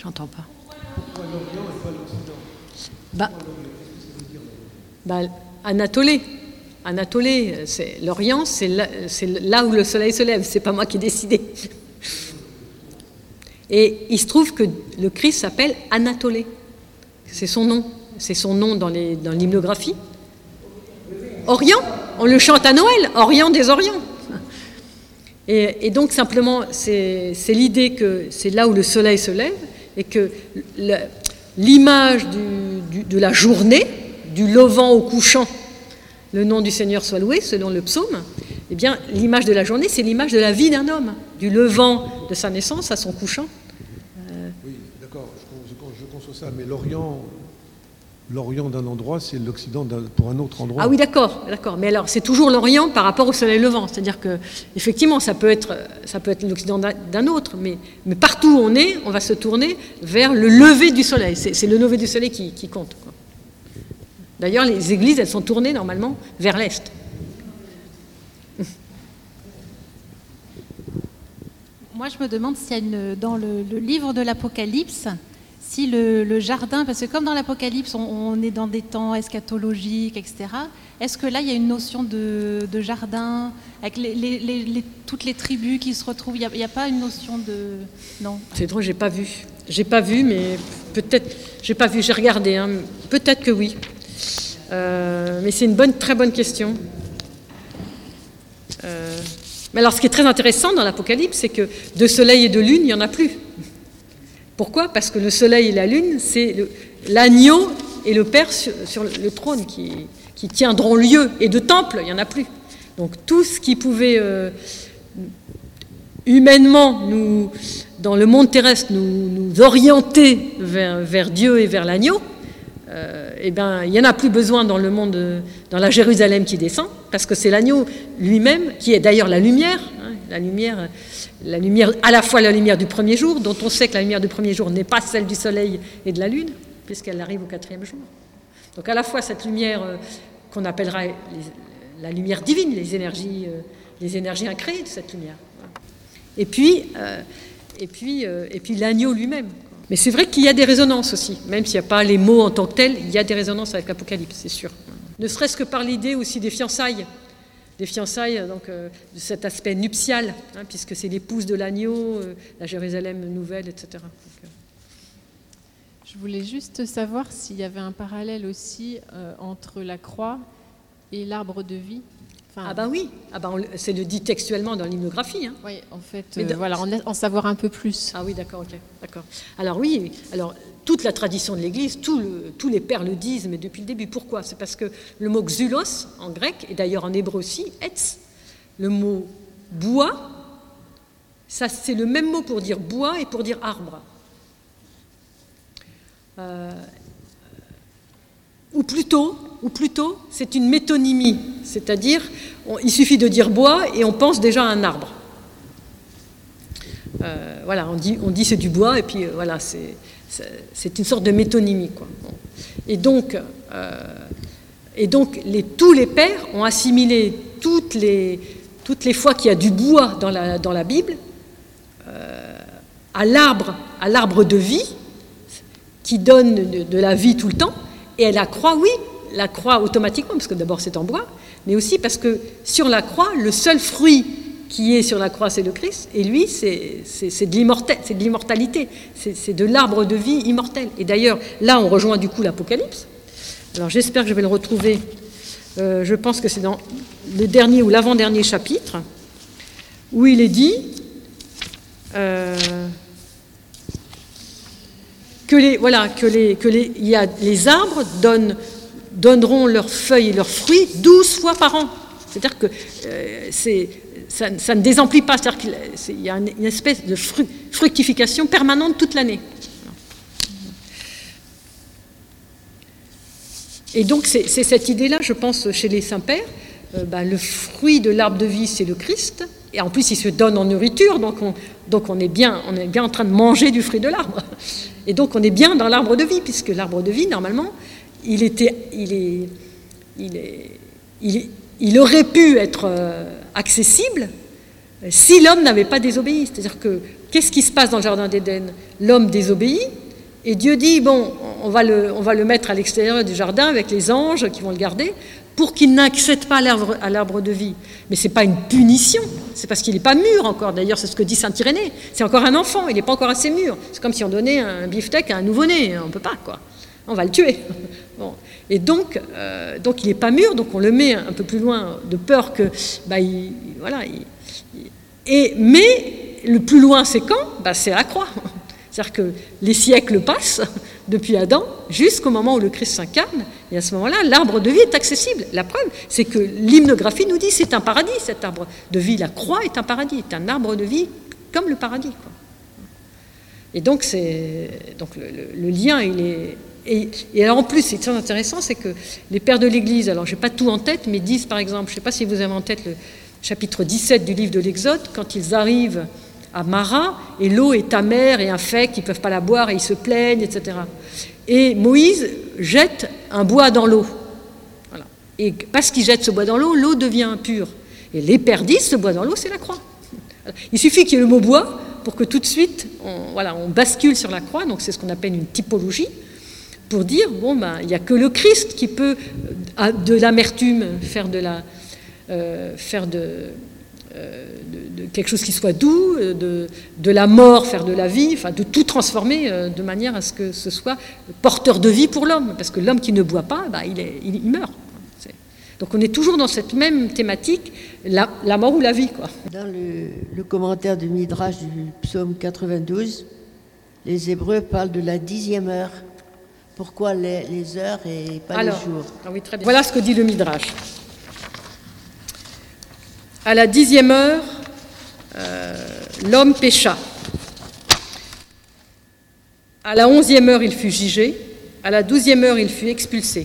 J'entends pas. Pourquoi l'Orient et pas l'Occident? Anatolée. Anatolée, c'est l'Orient, c'est là où le soleil se lève. C'est pas moi qui ai décidé. Et il se trouve que le Christ s'appelle Anatolée. C'est son nom. C'est son nom dans l'hymnographie. Orient, on le chante à Noël, Orient des Orients. Et donc simplement, c'est l'idée que c'est là où le soleil se lève et que l'image de la journée, du levant au couchant, le nom du Seigneur soit loué, selon le psaume, eh bien l'image de la journée, c'est l'image de la vie d'un homme, du levant de sa naissance à son couchant. Oui, d'accord, je conçois ça, mais l'Orient d'un endroit, c'est l'Occident pour un autre endroit. Ah oui, d'accord. Mais alors, c'est toujours l'Orient par rapport au soleil levant. C'est-à-dire que, effectivement, ça peut être l'Occident d'un autre, mais partout où on est, on va se tourner vers le lever du soleil. C'est le lever du soleil qui compte, quoi. D'ailleurs, les églises, elles sont tournées normalement vers l'Est. Moi, je me demande s'il y a dans le livre de l'Apocalypse, si le jardin, parce que comme dans l'Apocalypse, on est dans des temps eschatologiques, etc., est-ce que là, il y a une notion de jardin, avec toutes les tribus qui se retrouvent? Il n'y a pas une notion de... Non. C'est drôle, j'ai pas vu. J'ai pas vu, mais peut-être... J'ai pas vu, j'ai regardé. Hein, peut-être que oui. Mais c'est une très bonne question. Mais alors, ce qui est très intéressant dans l'Apocalypse, c'est que de soleil et de lune, il n'y en a plus. Pourquoi? Parce que le soleil et la lune, c'est l'agneau et le Père sur le trône qui tiendront lieu. Et de temple, il n'y en a plus. Donc tout ce qui pouvait humainement, dans le monde terrestre, nous orienter vers Dieu et vers l'agneau, il n'y en a plus besoin dans le monde, dans la Jérusalem qui descend, parce que c'est l'agneau lui-même, qui est d'ailleurs la lumière, hein, la lumière, à la fois la lumière du premier jour, dont on sait que la lumière du premier jour n'est pas celle du soleil et de la lune, puisqu'elle arrive au 4e jour. Donc à la fois cette lumière qu'on appellera la lumière divine, les énergies incréées de cette lumière. Et puis l'agneau lui-même. Mais c'est vrai qu'il y a des résonances aussi, même s'il n'y a pas les mots en tant que tels, il y a des résonances avec l'Apocalypse, c'est sûr. Ne serait-ce que par l'idée aussi des fiançailles, donc, de cet aspect nuptial, hein, puisque c'est l'épouse de l'agneau, la Jérusalem nouvelle, etc. Donc, je voulais juste savoir s'il y avait un parallèle aussi entre la croix et l'arbre de vie. Enfin, oui, c'est le dit textuellement dans l'hymnographie. Hein. Oui, en fait, en savoir un peu plus. Ah oui, d'accord. Alors oui, toute la tradition de l'Église, tous les pères le disent, mais depuis le début. Pourquoi? C'est parce que le mot xulos, en grec, et d'ailleurs en hébreu aussi, etz, le mot bois, ça c'est le même mot pour dire bois et pour dire arbre. Ou plutôt, c'est une métonymie, c'est-à-dire, il suffit de dire bois et on pense déjà à un arbre. On dit c'est du bois et puis c'est une sorte de métonymie, quoi. Et donc tous les pères ont assimilé toutes les fois qu'il y a du bois dans la Bible à l'arbre de vie qui donne de la vie tout le temps. Et la croix, oui, la croix automatiquement, parce que d'abord c'est en bois, mais aussi parce que sur la croix, le seul fruit qui est sur la croix, c'est le Christ, et lui, c'est de l'immortalité, c'est de l'arbre de vie immortel. Et d'ailleurs, là, on rejoint du coup l'Apocalypse. Alors j'espère que je vais le retrouver, je pense que c'est dans le dernier ou l'avant-dernier chapitre, où il est dit les arbres donneront leurs feuilles et leurs fruits 12 fois par an. C'est-à-dire que ça ne désemplit pas, c'est-à-dire qu'il y a une espèce de fructification permanente toute l'année. Et donc c'est cette idée-là, je pense, chez les saints-pères, le fruit de l'arbre de vie, c'est le Christ, et en plus il se donne en nourriture, donc on est bien en train de manger du fruit de l'arbre. Et donc on est bien dans l'arbre de vie, puisque l'arbre de vie, normalement, il aurait pu être accessible si l'homme n'avait pas désobéi. C'est-à-dire que qu'est-ce qui se passe dans le Jardin d'Éden? L'homme désobéit, et Dieu dit, bon, on va le mettre à l'extérieur du jardin avec les anges qui vont le garder, pour qu'il n'accède pas à l'arbre de vie. Mais ce n'est pas une punition, c'est parce qu'il n'est pas mûr encore. D'ailleurs, c'est ce que dit saint Irénée. C'est encore un enfant, il n'est pas encore assez mûr. C'est comme si on donnait un beefsteak à un nouveau-né, on ne peut pas, quoi. On va le tuer. Bon. Et donc il n'est pas mûr, donc on le met un peu plus loin de peur que... mais le plus loin, c'est quand? C'est la croix. C'est-à-dire que les siècles passent depuis Adam jusqu'au moment où le Christ s'incarne, et à ce moment-là, l'arbre de vie est accessible. La preuve, c'est que l'hymnographie nous dit c'est un paradis, cet arbre de vie. La croix est un paradis, est un arbre de vie comme le paradis, quoi. Et donc, le lien, il est... Et alors en plus, c'est très intéressant, c'est que les pères de l'Église, alors je n'ai pas tout en tête, mais disent par exemple, je ne sais pas si vous avez en tête le chapitre 17 du livre de l'Exode, quand ils arrivent à Mara, et l'eau est amère et infecte, ils ne peuvent pas la boire et ils se plaignent, etc. Et Moïse jette un bois dans l'eau. Voilà. Et parce qu'il jette ce bois dans l'eau, l'eau devient impure. Et les pères disent, ce bois dans l'eau, c'est la croix. Il suffit qu'il y ait le mot bois pour que tout de suite, on bascule sur la croix, donc c'est ce qu'on appelle une typologie, pour dire, il n'y a que le Christ qui peut, de l'amertume, faire de quelque chose qui soit doux, de la mort, faire de la vie, enfin de tout transformer de manière à ce que ce soit porteur de vie pour l'homme, parce que l'homme qui ne boit pas, il meurt. Donc on est toujours dans cette même thématique, la mort ou la vie, quoi. Dans le commentaire du Midrash du psaume 92, les Hébreux parlent de la 10e heure. Pourquoi les heures et pas les jours? Oui, très bien. Voilà ce que dit le Midrash. À la 10e heure, l'homme pécha. À la 11e heure, il fut jugé. À la 12e heure, il fut expulsé.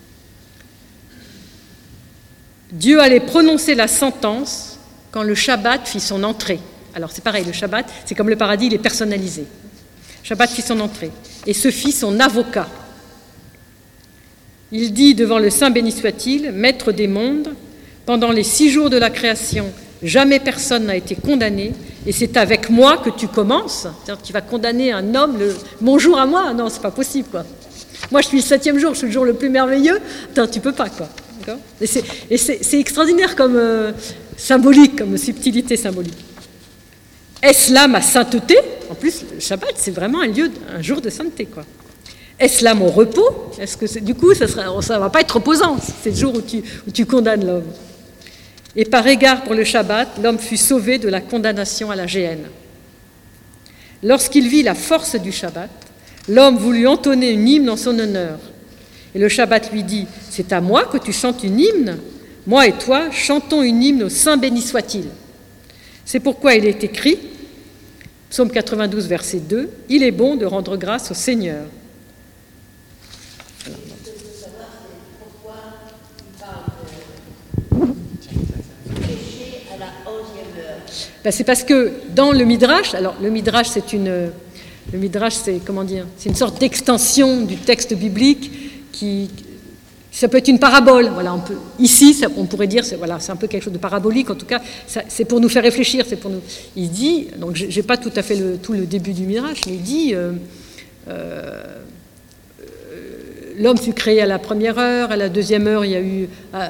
Dieu allait prononcer la sentence quand le Shabbat fit son entrée. Alors c'est pareil, le Shabbat, c'est comme le paradis, il est personnalisé. Shabbat fit son entrée et se fit son avocat. Il dit devant le Saint béni soit-il, maître des mondes, pendant les 6 jours de la création, jamais personne n'a été condamné, et c'est avec moi que tu commences. C'est-à-dire que tu vas condamner un homme, mon jour à moi? Non, c'est pas possible, quoi. Moi, je suis le 7e jour, je suis le jour le plus merveilleux. Attends, tu peux pas, quoi. Et c'est extraordinaire comme symbolique, comme subtilité symbolique. Est-ce là ma sainteté? En plus, le Shabbat, c'est vraiment un jour de sainteté, quoi. Est-ce là mon repos? Est-ce que du coup, ça va pas être reposant? C'est le jour où tu condamnes l'homme. Et par égard pour le Shabbat, l'homme fut sauvé de la condamnation à la géhenne. Lorsqu'il vit la force du Shabbat, l'homme voulut entonner une hymne en son honneur. Et le Shabbat lui dit, c'est à moi que tu chantes une hymne? Moi et toi, chantons une hymne au Saint béni soit-il. C'est pourquoi il est écrit, psaume 92, verset 2, il est bon de rendre grâce au Seigneur. C'est parce que dans le Midrash, alors le Midrash c'est comment dire, c'est une sorte d'extension du texte biblique ça peut être une parabole, voilà, on pourrait dire, c'est un peu quelque chose de parabolique, en tout cas, c'est pour nous faire réfléchir, il dit, donc j'ai pas tout à fait tout le début du Midrash, mais il dit, l'homme fut créé à la première heure, à la 2e heure, il y a eu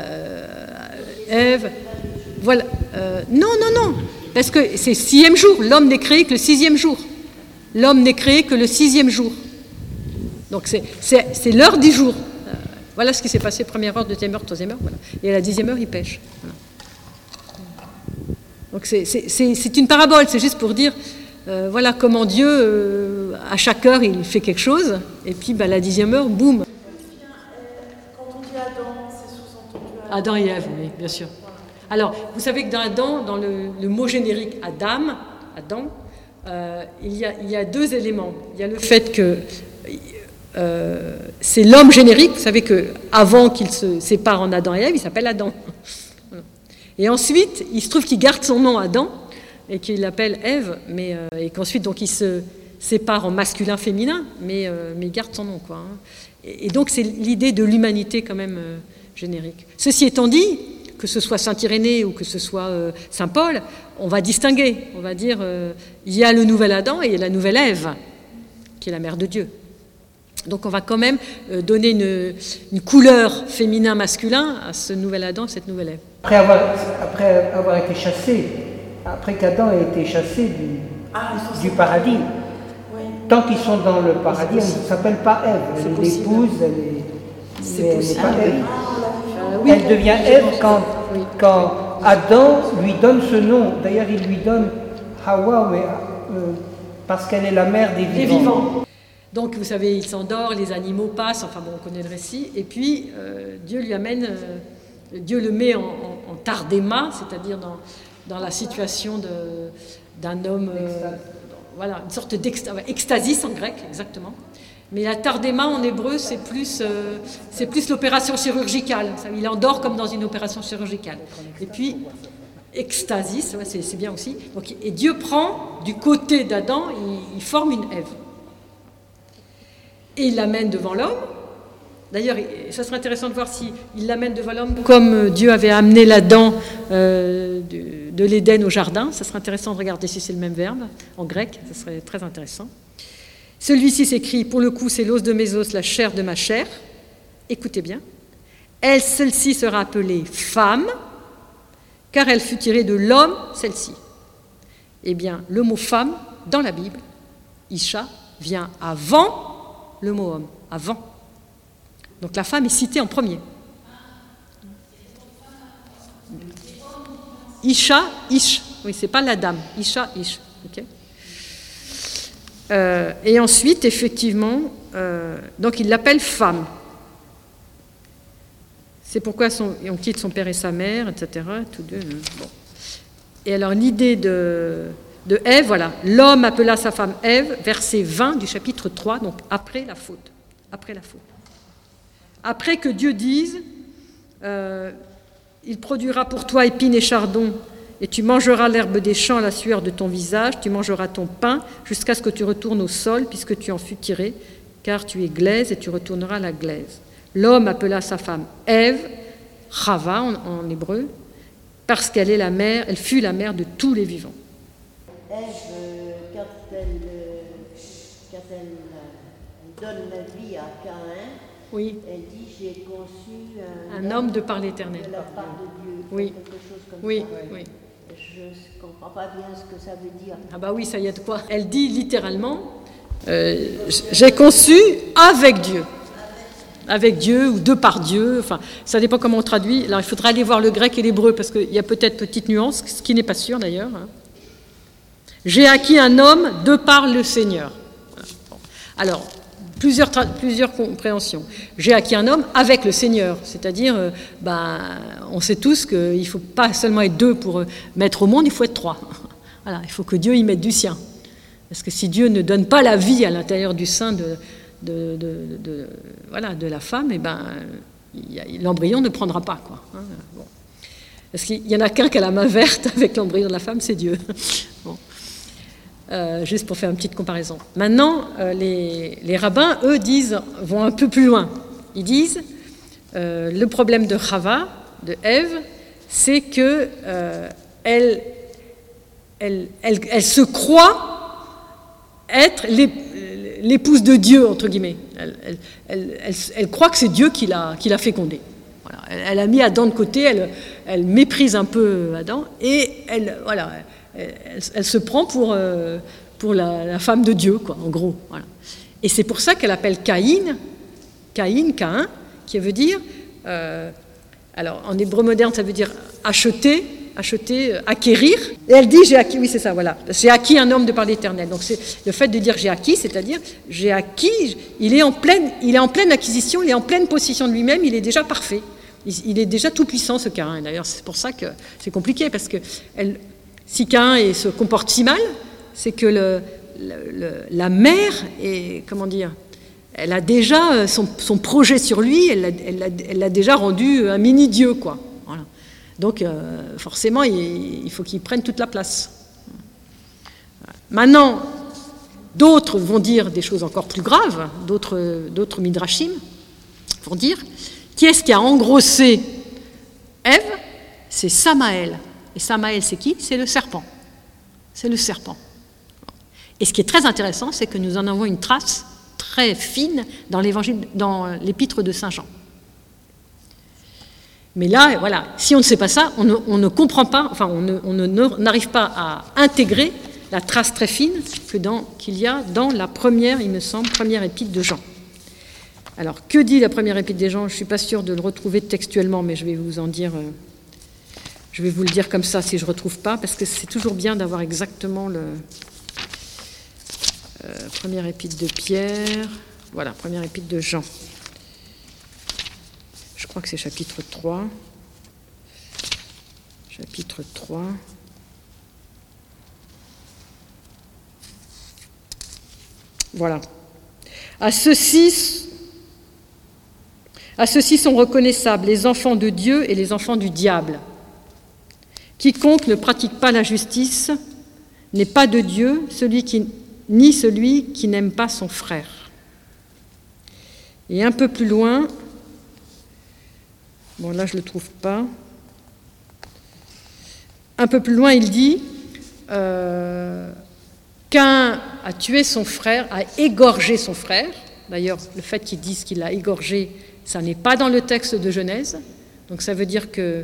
Ève, voilà, non, parce que c'est 6e jour, l'homme n'est créé que le 6e jour, l'homme n'est créé que le 6e jour, donc c'est l'heure du jour. Voilà ce qui s'est passé, 1e heure, 2e heure, 3e heure, voilà. Et à la 10e heure, il pêche. Voilà. Donc c'est une parabole, c'est juste pour dire, voilà comment Dieu, à chaque heure, il fait quelque chose, et puis la 10e heure, boum. Quand on dit Adam, c'est sous-entendu Adam et Ève, oui, bien sûr. Alors, vous savez que dans Adam, dans le mot générique Adam, il y a 2 éléments. Il y a le fait que c'est l'homme générique, vous savez qu'avant qu'il se sépare en Adam et Ève, il s'appelle Adam. Voilà. Et ensuite, il se trouve qu'il garde son nom Adam et qu'il l'appelle Ève, et qu'ensuite donc il se sépare en masculin-féminin, mais il garde son nom, quoi. Et donc c'est l'idée de l'humanité quand même générique. Ceci étant dit, que ce soit saint Irénée ou que ce soit saint Paul, on va distinguer, on va dire, il y a le nouvel Adam et il y a la nouvelle Ève, qui est la mère de Dieu. Donc on va quand même donner une couleur féminin-masculin à ce nouvel Adam, cette nouvelle Ève. Après avoir été chassé, après qu'Adam ait été chassé du paradis, Oui. tant qu'ils sont dans le paradis, elle ne s'appelle pas Ève. Elle est l'épouse, elle n'est pas Ève. Oui. Elle devient Ève quand Adam lui donne ce nom. D'ailleurs, il lui donne Hawa, parce qu'elle est la mère des vivants. Donc vous savez, il s'endort, les animaux passent, enfin bon, on connaît le récit, et puis Dieu lui amène, Dieu le met en tardéma, c'est-à-dire dans la situation d'un homme, voilà, une sorte d'extasis en grec, exactement. Mais la tardéma en hébreu, c'est plus l'opération chirurgicale. Il endort comme dans une opération chirurgicale. Et puis, extasis, ouais, c'est bien aussi. Donc, et Dieu prend du côté d'Adam, il forme une Ève. Et il l'amène devant l'homme. D'ailleurs, ça serait intéressant de voir s'il l'amène devant l'homme comme Dieu avait amené l'Adam de l'Éden au jardin. Ça serait intéressant de regarder si c'est le même verbe en grec. Ça serait très intéressant. Celui-ci s'écrit, pour le coup, c'est l'os de mes os, la chair de ma chair. Écoutez bien. Celle-ci sera appelée femme, car elle fut tirée de l'homme, celle-ci. Eh bien, le mot femme, dans la Bible, Isha, vient avant le mot homme, avant. Donc la femme est citée en premier. Isha, Ish. Oui, c'est pas la dame. Isha, Ish. Ok. Et ensuite, effectivement, donc il l'appelle femme. C'est pourquoi on quitte son père et sa mère, etc. Tous deux. Bon. Et alors l'idée de Ève, voilà, l'homme appela sa femme Ève, verset 20 du chapitre 3, donc après la faute. Après la faute. Après que Dieu dise, il produira pour toi épines et chardons, et tu mangeras l'herbe des champs à la sueur de ton visage, tu mangeras ton pain jusqu'à ce que tu retournes au sol, puisque tu en fus tiré, car tu es glaise et tu retourneras à la glaise. L'homme appela sa femme Ève, Chava en hébreu, parce qu'elle est la mère, elle fut la mère de tous les vivants. Ève, quand elle donne la vie à Caïn, Oui. elle dit « J'ai conçu Un homme de par l'Éternel. de la part de Dieu », Oui. quelque chose comme Oui, ça. oui. Je ne comprends pas bien ce que ça veut dire. Ah bah oui, ça y est de quoi. Elle dit littéralement, j'ai conçu avec Dieu. Avec Dieu ou de par Dieu, enfin, ça dépend comment on traduit. Alors il faudra aller voir le grec et l'hébreu parce qu'il y a peut-être petite nuance, ce qui n'est pas sûr d'ailleurs. J'ai acquis un homme de par le Seigneur. Bon. Alors, plusieurs compréhensions. J'ai acquis un homme avec le Seigneur, c'est-à-dire, on sait tous qu'il ne faut pas seulement être deux pour mettre au monde, il faut être trois. Voilà, il faut que Dieu y mette du sien. Parce que si Dieu ne donne pas la vie à l'intérieur du sein de la femme, l'embryon ne prendra pas, quoi. Bon. Parce qu'il y en a qu'un qui a la main verte avec l'embryon de la femme, c'est Dieu. Bon. Juste pour faire une petite comparaison. Maintenant, les rabbins, eux, vont un peu plus loin. Ils disent, le problème de Chava, de Ève, c'est que elle se croit être l'épouse de Dieu, entre guillemets. Elle croit que c'est Dieu qui l'a fécondée. Voilà. Elle a mis Adam de côté, elle méprise un peu Adam, et elle se prend pour la femme de Dieu, quoi, en gros. Voilà. Et c'est pour ça qu'elle appelle Caïn, qui veut dire, alors en hébreu moderne, ça veut dire acheter, acquérir. Et elle dit, j'ai acquis, oui c'est ça, voilà, j'ai acquis un homme de par l'Éternel. Donc c'est le fait de dire j'ai acquis, c'est-à-dire j'ai acquis, il est en pleine acquisition, il est en pleine possession de lui-même, il est déjà parfait. Il est déjà tout puissant, ce Caïn. D'ailleurs, c'est pour ça que c'est compliqué, parce que si Caïn se comporte si mal, c'est que la mère est, comment dire, elle a déjà son projet sur lui, elle l'a déjà rendu un mini-dieu, quoi. Voilà. Donc, forcément, il faut qu'il prenne toute la place. Maintenant, d'autres vont dire des choses encore plus graves, d'autres midrashim vont dire qui est-ce qui a engrossé Ève c'est Samaël. Et Samaël, c'est qui? C'est le serpent. C'est le serpent. Et ce qui est très intéressant, c'est que nous en avons une trace très fine dans l'épître de Saint Jean. Mais là, voilà, si on ne sait pas ça, on ne comprend pas, enfin, on n'arrive pas à intégrer la trace très fine qu'il y a dans la première, il me semble, première épître de Jean. Alors, que dit la première épître de Jean? Je ne suis pas sûre de le retrouver textuellement, mais je vais vous en dire... je vais vous le dire comme ça si je ne retrouve pas, parce que c'est toujours bien d'avoir exactement le... première épître de Pierre, voilà, première épître de Jean. Je crois que c'est chapitre 3. Chapitre 3. Voilà. À ceux-ci sont reconnaissables les enfants de Dieu et les enfants du diable. Quiconque ne pratique pas la justice n'est pas de Dieu, ni celui qui n'aime pas son frère. Et un peu plus loin, bon là je ne le trouve pas, un peu plus loin il dit qu'un a tué son frère, a égorgé son frère. D'ailleurs, le fait qu'ils disent qu'il l'a égorgé, ça n'est pas dans le texte de Genèse. Donc ça veut dire que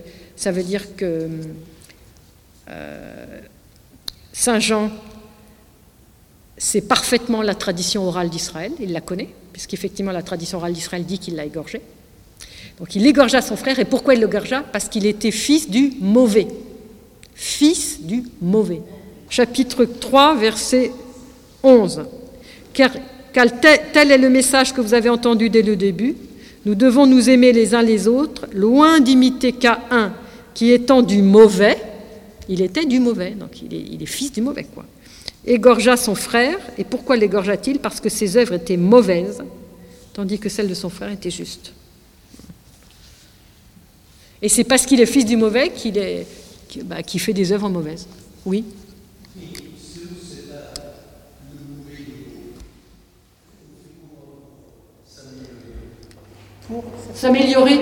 Saint Jean, c'est parfaitement la tradition orale d'Israël, il la connaît, puisqu'effectivement la tradition orale d'Israël dit qu'il l'a égorgé. Donc il égorgea son frère, et pourquoi il l'égorgea? Parce qu'il était fils du mauvais. Fils du mauvais. Chapitre 3, verset 11. Car tel est le message que vous avez entendu dès le début. Nous devons nous aimer les uns les autres, loin d'imiter Caïn, qui étant du mauvais, il était du mauvais, donc il est fils du mauvais, quoi. Égorgea son frère, et pourquoi l'égorgea-t-il? Parce que ses œuvres étaient mauvaises, tandis que celles de son frère étaient justes. Et c'est parce qu'il est fils du mauvais qu'il fait des œuvres mauvaises. Oui. Pour s'améliorer.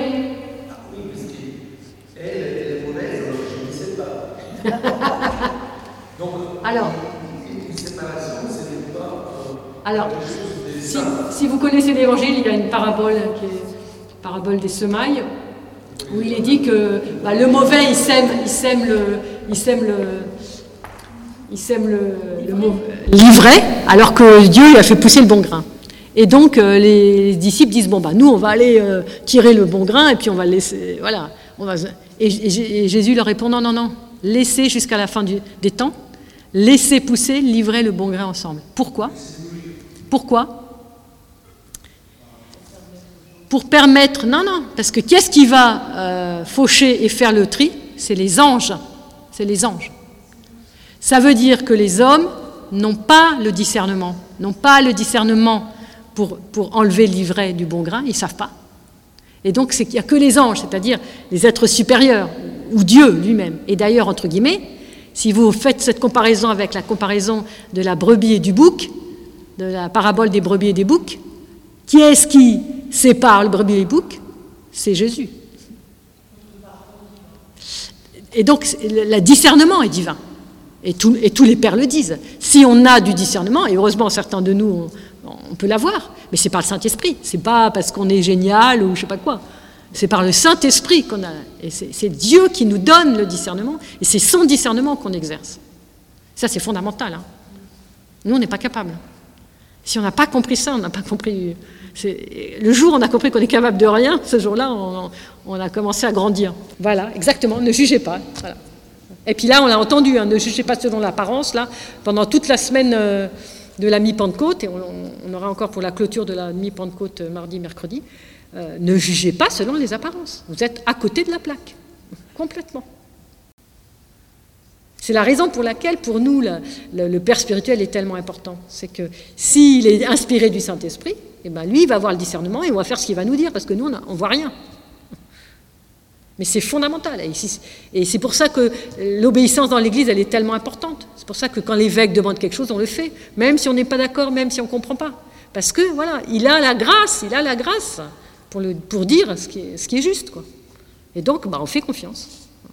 Alors, si vous connaissez l'Évangile, il y a une parabole qui est la parabole des semailles, où il est dit que le mauvais il sème l'ivraie, alors que Dieu il a fait pousser le bon grain. Et donc les disciples disent nous on va aller tirer le bon grain et puis on va laisser, voilà, et Jésus leur répond non, laissez jusqu'à la fin des temps, laissez pousser l'ivraie et le bon grain ensemble. Pourquoi? Pour permettre, parce que qu'est-ce qui va faucher et faire le tri? C'est les anges. Ça veut dire que les hommes n'ont pas le discernement pour enlever l'ivraie du bon grain, ils ne savent pas. Et donc, il n'y a que les anges, c'est-à-dire les êtres supérieurs, ou Dieu lui-même. Et d'ailleurs, entre guillemets, si vous faites cette comparaison avec la comparaison de la brebis et du bouc, de la parabole des brebis et des boucs, qui est-ce qui sépare le brebis et le bouc? C'est Jésus. Et donc, le discernement est divin. Et tous les pères le disent. Si on a du discernement, et heureusement certains de nous, on peut l'avoir, mais c'est par le Saint-Esprit. C'est pas parce qu'on est génial ou je sais pas quoi. C'est par le Saint-Esprit qu'on a. Et c'est Dieu qui nous donne le discernement, et c'est son discernement qu'on exerce. Ça, c'est fondamental. Nous, on n'est pas capable. Si on n'a pas compris ça, on n'a pas compris. Le jour où on a compris qu'on est capable de rien, ce jour-là, on a commencé à grandir. Voilà, exactement. Ne jugez pas. Voilà. Et puis là, on l'a entendu, ne jugez pas selon l'apparence, là, pendant toute la semaine de la mi-Pentecôte, et on aura encore pour la clôture de la mi-Pentecôte mardi, mercredi, ne jugez pas selon les apparences. Vous êtes à côté de la plaque, complètement. C'est la raison pour laquelle, pour nous, le Père spirituel est tellement important. C'est que s'il est inspiré du Saint-Esprit, lui, il va avoir le discernement et on va faire ce qu'il va nous dire, parce que nous, on ne voit rien. Mais c'est fondamental. Et c'est pour ça que l'obéissance dans l'Église, elle est tellement importante. C'est pour ça que quand l'évêque demande quelque chose, on le fait, même si on n'est pas d'accord, même si on ne comprend pas. Parce que, voilà, il a la grâce pour dire ce qui est juste, quoi. Et donc, on fait confiance.